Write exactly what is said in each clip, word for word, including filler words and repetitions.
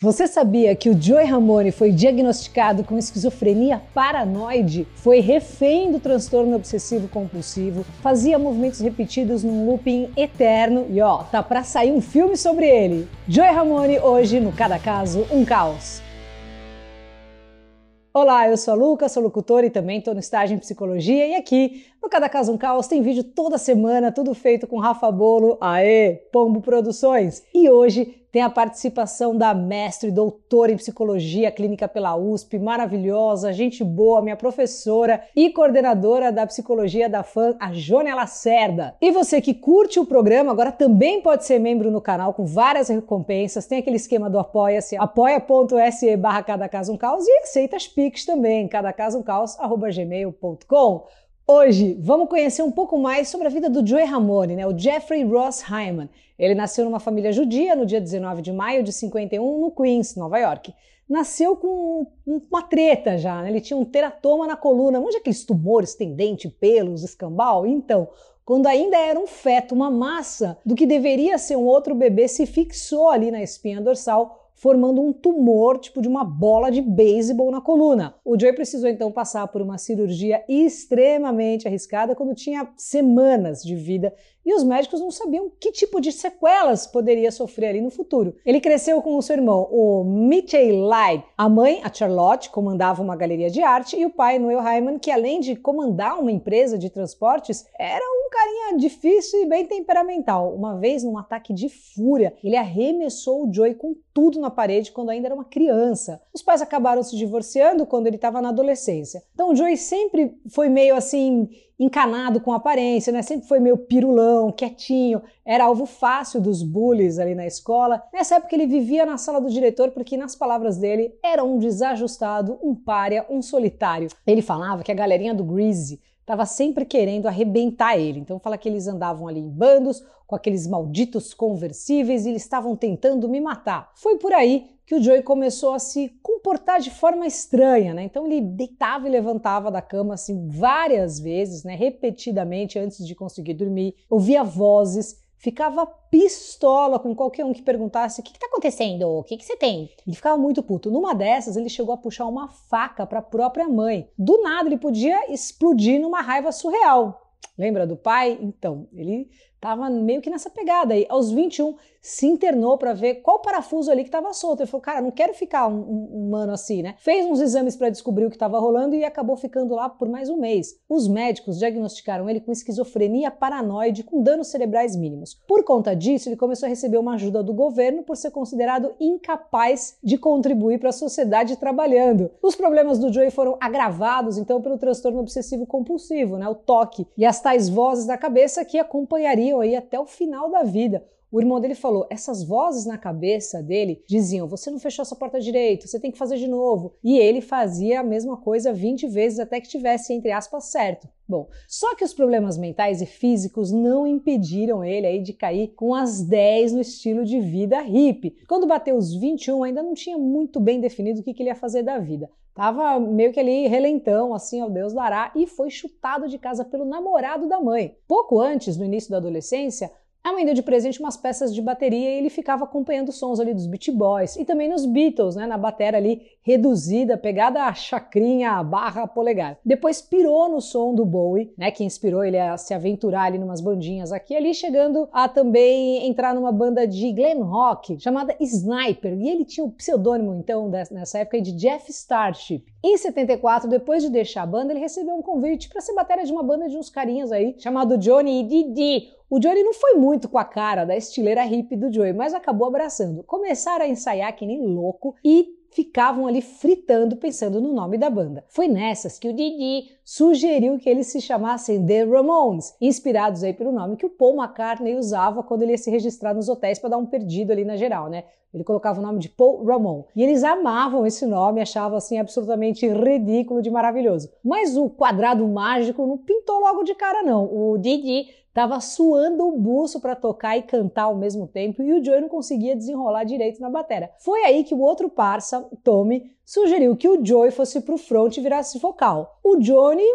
Você sabia que o Joey Ramone foi diagnosticado com esquizofrenia paranoide, foi refém do transtorno obsessivo compulsivo, fazia movimentos repetidos num looping eterno e ó, tá pra sair um filme sobre ele. Joey Ramone hoje no Cada Caso, um Caos. Olá, eu sou a Luca, sou locutora e também estou no estágio em psicologia e aqui no Cada Caso um Caos tem vídeo toda semana, tudo feito com Rafa Bolo, aê, Pombo Produções. E hoje tem a participação da mestre, doutora em psicologia clínica pela U S P, maravilhosa, gente boa, minha professora e coordenadora da psicologia da F A M, a Jônia Lacerda. E você que curte o programa, agora também pode ser membro no canal com várias recompensas, tem aquele esquema do Apoia-se, apoia.se barra Cada Caso um Caos e aceita as Pix também, cadacasumcaos arroba gmail ponto com. Hoje, vamos conhecer um pouco mais sobre a vida do Joey Ramone, né? O Jeffrey Ross Hyman. Ele nasceu numa família judia no dia dezenove de maio de cinquenta e um, no Queens, Nova York. Nasceu com uma treta já, né? Ele tinha um teratoma na coluna, onde aqueles tumores, tem dente, pelos, escambau? Então, quando ainda era um feto, uma massa do que deveria ser um outro bebê se fixou ali na espinha dorsal, formando um tumor, tipo de uma bola de beisebol na coluna. O Joey precisou então passar por uma cirurgia extremamente arriscada quando tinha semanas de vida e os médicos não sabiam que tipo de sequelas poderia sofrer ali no futuro. Ele cresceu com o seu irmão, o Mitchell Light. A mãe, a Charlotte, comandava uma galeria de arte e o pai, Noel Hyman, que além de comandar uma empresa de transportes, era um carinha difícil e bem temperamental. Uma vez, num ataque de fúria, ele arremessou o Joey com tudo na parede quando ainda era uma criança. Os pais acabaram se divorciando quando ele estava na adolescência. Então o Joey sempre foi meio assim encanado com a aparência, né? Sempre foi meio pirulão, quietinho, era alvo fácil dos bullies ali na escola. Nessa época ele vivia na sala do diretor porque, nas palavras dele, era um desajustado, um pária, um solitário. Ele falava que a galerinha do Greasy estava sempre querendo arrebentar ele. Então fala que eles andavam ali em bandos com aqueles malditos conversíveis e eles estavam tentando me matar. Foi por aí que o Joey começou a se comportar de forma estranha, né? Então ele deitava e levantava da cama assim várias vezes, né? Repetidamente antes de conseguir dormir, ouvia vozes, ficava pistola com qualquer um que perguntasse o que está acontecendo, o que, que você tem? Ele ficava muito puto. Numa dessas, ele chegou a puxar uma faca para a própria mãe. Do nada, ele podia explodir numa raiva surreal. Lembra do pai? Então, ele estava meio que nessa pegada aí. Aos vinte e um, se internou para ver qual parafuso ali que estava solto. Ele falou, cara, não quero ficar um, um, um mano assim, né? Fez uns exames para descobrir o que estava rolando e acabou ficando lá por mais um mês. Os médicos diagnosticaram ele com esquizofrenia paranoide com danos cerebrais mínimos. Por conta disso, ele começou a receber uma ajuda do governo por ser considerado incapaz de contribuir para a sociedade trabalhando. Os problemas do Joey foram agravados, então, pelo transtorno obsessivo compulsivo, né? O toque e as tais vozes da cabeça que acompanhariam aí até o final da vida. O irmão dele falou, essas vozes na cabeça dele diziam, você não fechou essa porta direito, você tem que fazer de novo. E ele fazia a mesma coisa vinte vezes até que tivesse, entre aspas, certo. Bom, só que os problemas mentais e físicos não impediram ele aí de cair com as dez no estilo de vida hippie. Quando bateu os vinte e um, ainda não tinha muito bem definido o que ele ia fazer da vida. Tava meio que ali relentão, assim, ao Deus dará, e foi chutado de casa pelo namorado da mãe. Pouco antes, no início da adolescência, a mãe deu de presente umas peças de bateria e ele ficava acompanhando os sons ali dos Beach Boys e também nos Beatles, né, na bateria ali reduzida, pegada a chacrinha barra polegar. Depois pirou no som do Bowie, né, que inspirou ele a se aventurar ali numas bandinhas aqui e ali, chegando a também entrar numa banda de glam rock chamada Sniper, e ele tinha o pseudônimo então nessa época de Jeff Starship. Em setenta e quatro, depois de deixar a banda, ele recebeu um convite para ser bateria de uma banda de uns carinhas aí chamado Johnny e Didi. O Johnny não foi muito com a cara da estileira hippie do Joey, mas acabou abraçando. Começaram a ensaiar que nem louco e ficavam ali fritando pensando no nome da banda. Foi nessas que o Didi sugeriu que eles se chamassem The Ramones, inspirados aí pelo nome que o Paul McCartney usava quando ele ia se registrar nos hotéis para dar um perdido ali na geral, né? Ele colocava o nome de Paul Ramon. E eles amavam esse nome, achavam assim absolutamente ridículo de maravilhoso. Mas o quadrado mágico não pintou logo de cara não. O Didi tava suando o buço para tocar e cantar ao mesmo tempo e o Joey não conseguia desenrolar direito na bateria. Foi aí que o outro parça, Tommy, sugeriu que o Joey fosse pro front e virasse vocal. O Johnny não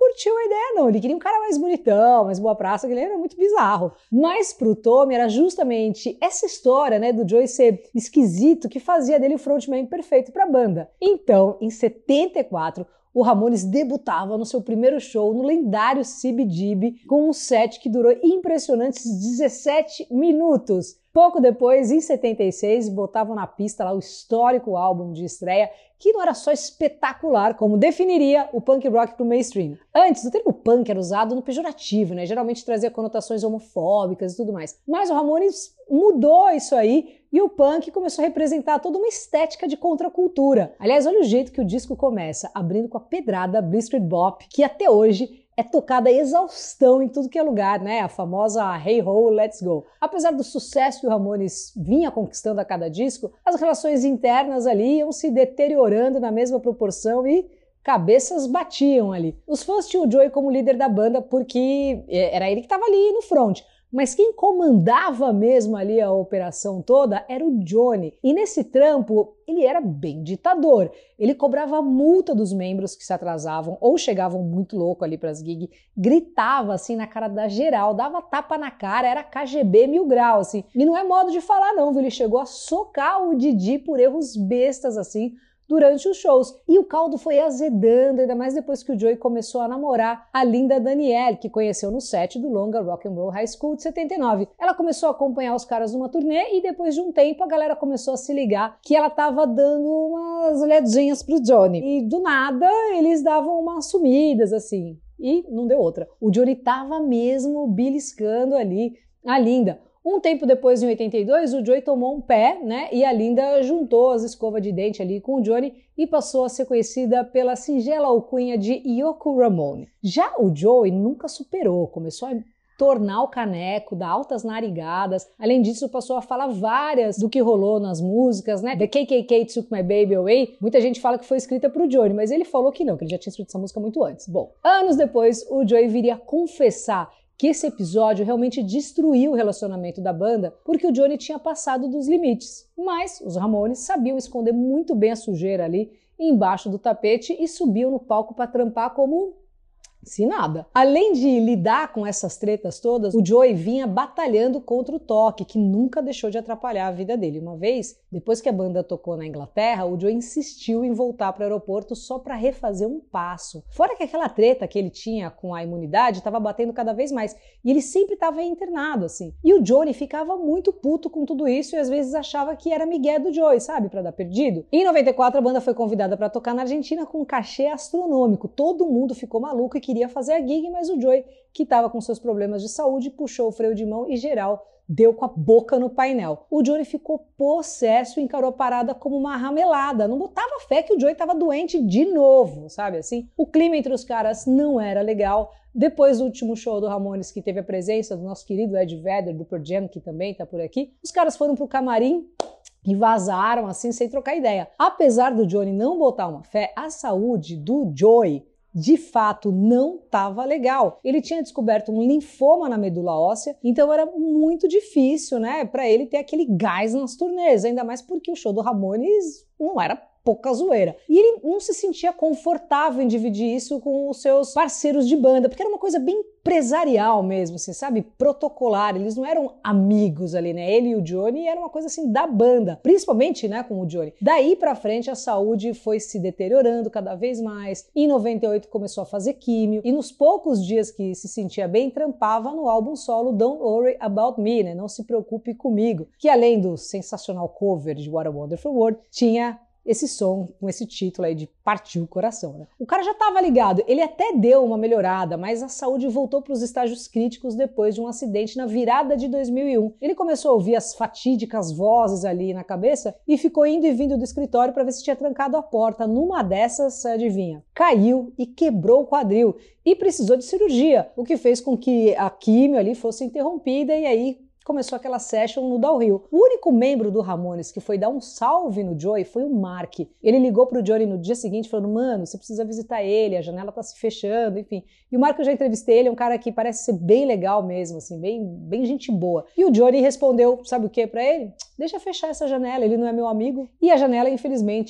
curtiu a ideia não, ele queria um cara mais bonitão, mais boa praça, que ele era muito bizarro. Mas pro Tommy era justamente essa história, né, do Joey ser esquisito que fazia dele o frontman perfeito pra banda. Então, em setenta e quatro, o Ramones debutava no seu primeiro show no lendário C B G B com um set que durou impressionantes dezessete minutos. Pouco depois, em setenta e seis, botavam na pista lá o histórico álbum de estreia, que não era só espetacular, como definiria o punk rock pro mainstream. Antes, o termo punk era usado no pejorativo, né? Geralmente trazia conotações homofóbicas e tudo mais. Mas o Ramones mudou isso aí e o punk começou a representar toda uma estética de contracultura. Aliás, olha o jeito que o disco começa, abrindo com a pedrada Blitzkrieg Bop, que até hoje é tocada a exaustão em tudo que é lugar, né? A famosa Hey Ho, Let's Go. Apesar do sucesso que o Ramones vinha conquistando a cada disco, as relações internas ali iam se deteriorando na mesma proporção e cabeças batiam ali. Os fãs tinham o Joey como líder da banda porque era ele que estava ali no front. Mas quem comandava mesmo ali a operação toda era o Johnny. E nesse trampo, ele era bem ditador. Ele cobrava a multa dos membros que se atrasavam ou chegavam muito louco ali pras gigs, gritava assim na cara da geral, dava tapa na cara, era K G B mil graus, assim. E não é modo de falar não, viu? Ele chegou a socar o Didi por erros bestas, assim, durante os shows. E o caldo foi azedando, ainda mais depois que o Joey começou a namorar a Linda Danielle, que conheceu no set do longa Rock and Roll High School de setenta e nove. Ela começou a acompanhar os caras numa turnê e depois de um tempo a galera começou a se ligar que ela tava dando umas olhadinhas pro Johnny. E do nada eles davam umas sumidas assim. E não deu outra. O Johnny tava mesmo beliscando ali a Linda. Um tempo depois, em oitenta e dois, o Joey tomou um pé, né? E a Linda juntou as escovas de dente ali com o Johnny e passou a ser conhecida pela singela alcunha de Yoko Ramone. Já o Joey nunca superou, começou a tornar o caneco, dar altas narigadas. Além disso, passou a falar várias do que rolou nas músicas, né? The K K K Took My Baby Away. Muita gente fala que foi escrita pro Johnny, mas ele falou que não, que ele já tinha escrito essa música muito antes. Bom, anos depois, o Joey viria a confessar que esse episódio realmente destruiu o relacionamento da banda porque o Johnny tinha passado dos limites. Mas os Ramones sabiam esconder muito bem a sujeira ali embaixo do tapete e subiam no palco para trampar como se nada. Além de lidar com essas tretas todas, o Joey vinha batalhando contra o toque, que nunca deixou de atrapalhar a vida dele. Uma vez, depois que a banda tocou na Inglaterra, o Joey insistiu em voltar para o aeroporto só para refazer um passo. Fora que aquela treta que ele tinha com a imunidade estava batendo cada vez mais, e ele sempre estava internado, assim. E o Johnny ficava muito puto com tudo isso e às vezes achava que era migué do Joey, sabe, para dar perdido. Em noventa e quatro, a banda foi convidada para tocar na Argentina com um cachê astronômico. Todo mundo ficou maluco e queria fazer a gig, mas o Joey, que estava com seus problemas de saúde, puxou o freio de mão e geral deu com a boca no painel. O Johnny ficou possesso e encarou a parada como uma ramelada. Não botava fé que o Joey estava doente de novo, sabe assim? O clima entre os caras não era legal. Depois do último show do Ramones, que teve a presença do nosso querido Ed Vedder, do Pearl Jam, que também tá por aqui, os caras foram pro camarim e vazaram assim, sem trocar ideia. Apesar do Johnny não botar uma fé, a saúde do Joey de fato não estava legal. Ele tinha descoberto um linfoma na medula óssea, então era muito difícil, né, para ele ter aquele gás nas turnês, ainda mais porque o show do Ramones não era pouca zoeira. E ele não se sentia confortável em dividir isso com os seus parceiros de banda, porque era uma coisa bem empresarial mesmo, assim, sabe? Protocolar. Eles não eram amigos ali, né? Ele e o Johnny era uma coisa assim da banda, principalmente, né, com o Johnny. Daí pra frente a saúde foi se deteriorando cada vez mais. Em noventa e oito começou a fazer químio e nos poucos dias que se sentia bem, trampava no álbum solo Don't Worry About Me, né? Não se preocupe comigo, que além do sensacional cover de What a Wonderful World, tinha esse som com esse título aí de Partiu o Coração, né? O cara já estava ligado, ele até deu uma melhorada, mas a saúde voltou para os estágios críticos depois de um acidente na virada de dois mil e um. Ele começou a ouvir as fatídicas vozes ali na cabeça e ficou indo e vindo do escritório para ver se tinha trancado a porta. Numa dessas, adivinha, caiu e quebrou o quadril e precisou de cirurgia, o que fez com que a químio ali fosse interrompida e aí começou aquela session no downhill. O único membro do Ramones que foi dar um salve no Joey foi o Mark. Ele ligou pro Johnny no dia seguinte falando, mano, você precisa visitar ele, a janela tá se fechando, enfim. E o Mark, eu já entrevistei ele, é um cara que parece ser bem legal mesmo, assim, bem, bem gente boa. E o Johnny respondeu, sabe o que pra ele? Deixa fechar essa janela, ele não é meu amigo. E a janela, infelizmente,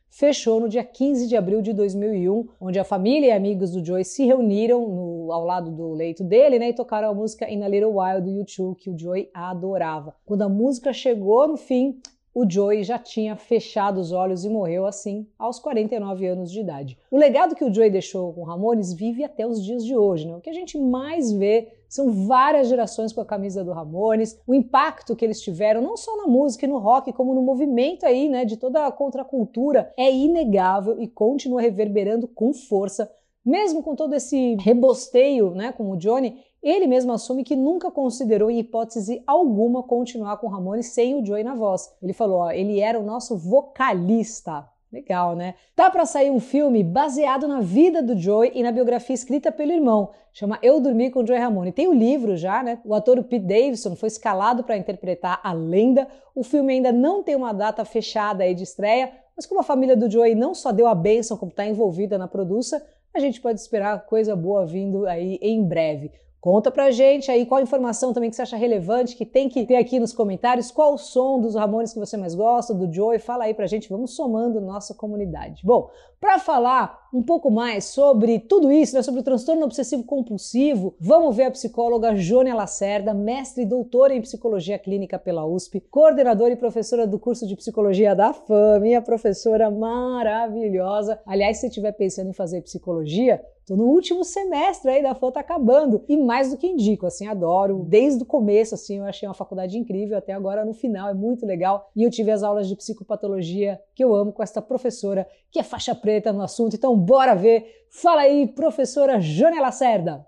fechou no dia quinze de abril de dois mil e um, onde a família e amigos do Joey se reuniram no, ao lado do leito dele, né, e tocaram a música In a Little While do U dois, que o Joey adorava. Quando a música chegou no fim, o Joey já tinha fechado os olhos e morreu assim aos quarenta e nove anos de idade. O legado que o Joey deixou com Ramones vive até os dias de hoje, né? O que a gente mais vê são várias gerações com a camisa do Ramones, o impacto que eles tiveram não só na música e no rock, como no movimento aí, né, de toda a contracultura, é inegável e continua reverberando com força, mesmo com todo esse rebosteio, né, com o Johnny. Ele mesmo assume que nunca considerou em hipótese alguma continuar com o Ramones sem o Joey na voz. Ele falou, ó, ele era o nosso vocalista. Legal, né? Tá pra sair um filme baseado na vida do Joey e na biografia escrita pelo irmão. Chama Eu Dormi com o Joey Ramone. Tem o livro já, né? O ator Pete Davidson foi escalado para interpretar a lenda. O filme ainda não tem uma data fechada aí de estreia, mas como a família do Joey não só deu a bênção, como está envolvida na produção, a gente pode esperar coisa boa vindo aí em breve. Conta pra gente aí qual informação também que você acha relevante, que tem que ter aqui nos comentários, qual o som dos Ramones que você mais gosta, do Joey, fala aí pra gente, vamos somando nossa comunidade. Bom, para falar um pouco mais sobre tudo isso, né, sobre o transtorno obsessivo compulsivo, vamos ver a psicóloga Jônia Lacerda, mestre e doutora em psicologia clínica pela U S P, coordenadora e professora do curso de psicologia da F A M, minha professora maravilhosa. Aliás, se você estiver pensando em fazer psicologia, tô no último semestre aí da F A M, tá acabando, e mais do que indico, assim, adoro, desde o começo, assim, eu achei uma faculdade incrível, até agora no final, é muito legal, e eu tive as aulas de psicopatologia que eu amo com esta professora, que é faixa preta no assunto, então bora ver. Fala aí, professora Jônia Lacerda.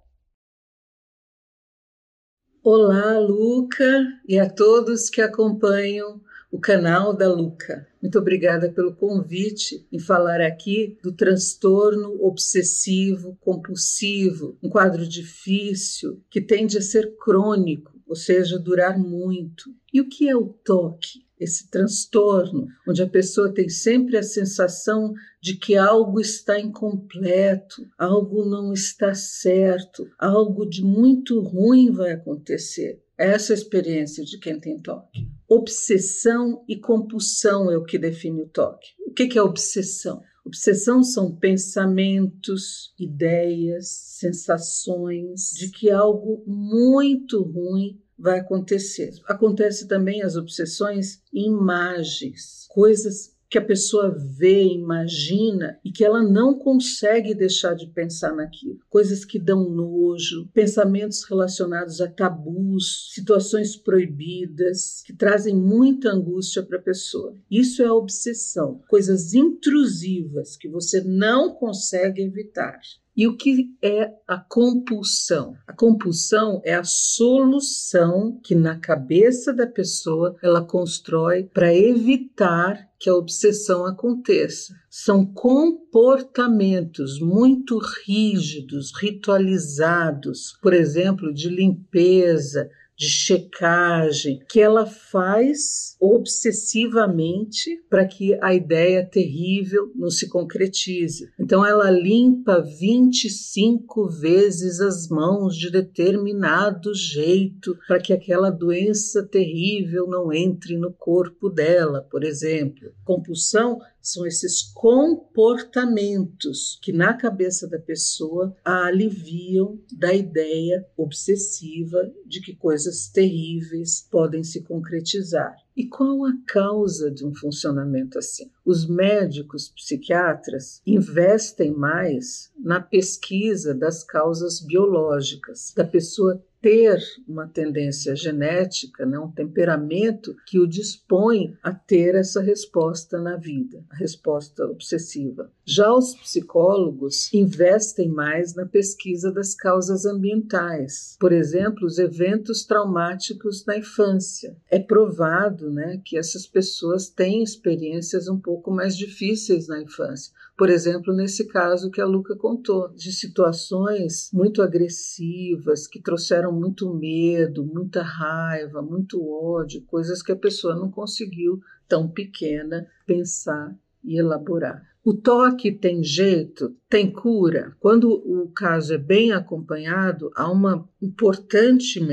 Olá, Luca, e a todos que acompanham o canal da Luca. Muito obrigada pelo convite em falar aqui do transtorno obsessivo compulsivo, um quadro difícil que tende a ser crônico, ou seja, durar muito. E o que é o toque? Esse transtorno, onde a pessoa tem sempre a sensação de que algo está incompleto, algo não está certo, algo de muito ruim vai acontecer. Essa é a experiência de quem tem toque. Obsessão e compulsão é o que define o toque. O que é obsessão? Obsessão são pensamentos, ideias, sensações de que algo muito ruim vai acontecer. Acontece também as obsessões em imagens, coisas que a pessoa vê, imagina e que ela não consegue deixar de pensar naquilo. Coisas que dão nojo, pensamentos relacionados a tabus, situações proibidas, que trazem muita angústia para a pessoa. Isso é a obsessão, coisas intrusivas que você não consegue evitar. E o que é a compulsão? A compulsão é a solução que na cabeça da pessoa ela constrói para evitar que a obsessão aconteça. São comportamentos muito rígidos, ritualizados, por exemplo, de limpeza, de checagem, que ela faz obsessivamente para que a ideia terrível não se concretize. Então ela limpa vinte e cinco vezes as mãos de determinado jeito para que aquela doença terrível não entre no corpo dela, por exemplo. Compulsão são esses comportamentos que na cabeça da pessoa a aliviam da ideia obsessiva de que coisas terríveis podem se concretizar. E qual a causa de um funcionamento assim? Os médicos psiquiatras investem mais na pesquisa das causas biológicas, da pessoa ter uma tendência genética, né, um temperamento que o dispõe a ter essa resposta na vida, a resposta obsessiva. Já os psicólogos investem mais na pesquisa das causas ambientais, por exemplo, os eventos traumáticos na infância. É provado, né, que essas pessoas têm experiências um pouco mais difíceis na infância. Por exemplo, nesse caso que a Luca contou, de situações muito agressivas, que trouxeram muito medo, muita raiva, muito ódio, coisas que a pessoa não conseguiu, tão pequena, pensar e elaborar. O toque tem jeito, tem cura. Quando o caso é bem acompanhado, há uma importante melhora.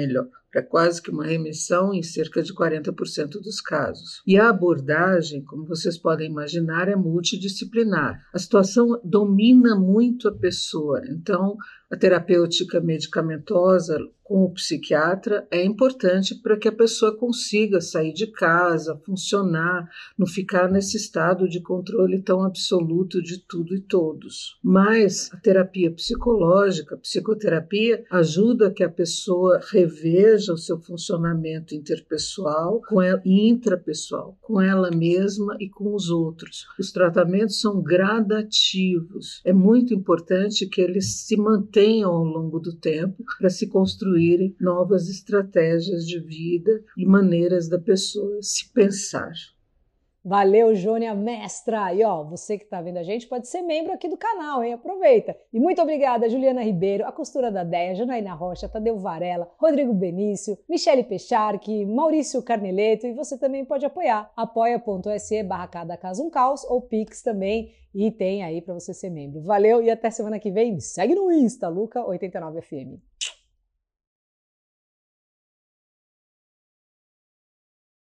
para quase que uma remissão em cerca de quarenta por cento dos casos. E a abordagem, como vocês podem imaginar, é multidisciplinar. A situação domina muito a pessoa, então a terapêutica medicamentosa com o psiquiatra é importante para que a pessoa consiga sair de casa, funcionar, não ficar nesse estado de controle tão absoluto de tudo e todos. Mas a terapia psicológica, a psicoterapia, ajuda que a pessoa reveja o seu funcionamento interpessoal com ela, e intrapessoal, com ela mesma e com os outros. Os tratamentos são gradativos. É muito importante que eles se mantenham ao longo do tempo para se construir novas estratégias de vida e maneiras da pessoa se pensar. Valeu, Jônia Mestra! E ó, você que está vendo a gente pode ser membro aqui do canal, hein? Aproveita! E muito obrigada, Juliana Ribeiro, a costura da Deia, Janaína Rocha, Tadeu Varela, Rodrigo Benício, Michele Pecharque, Maurício Carneleto, e você também pode apoiar, apoia.se barra cada caso um caos ou Pix também, e tem aí para você ser membro. Valeu e até semana que vem. Me segue no Insta, Luca oitenta e nove F M.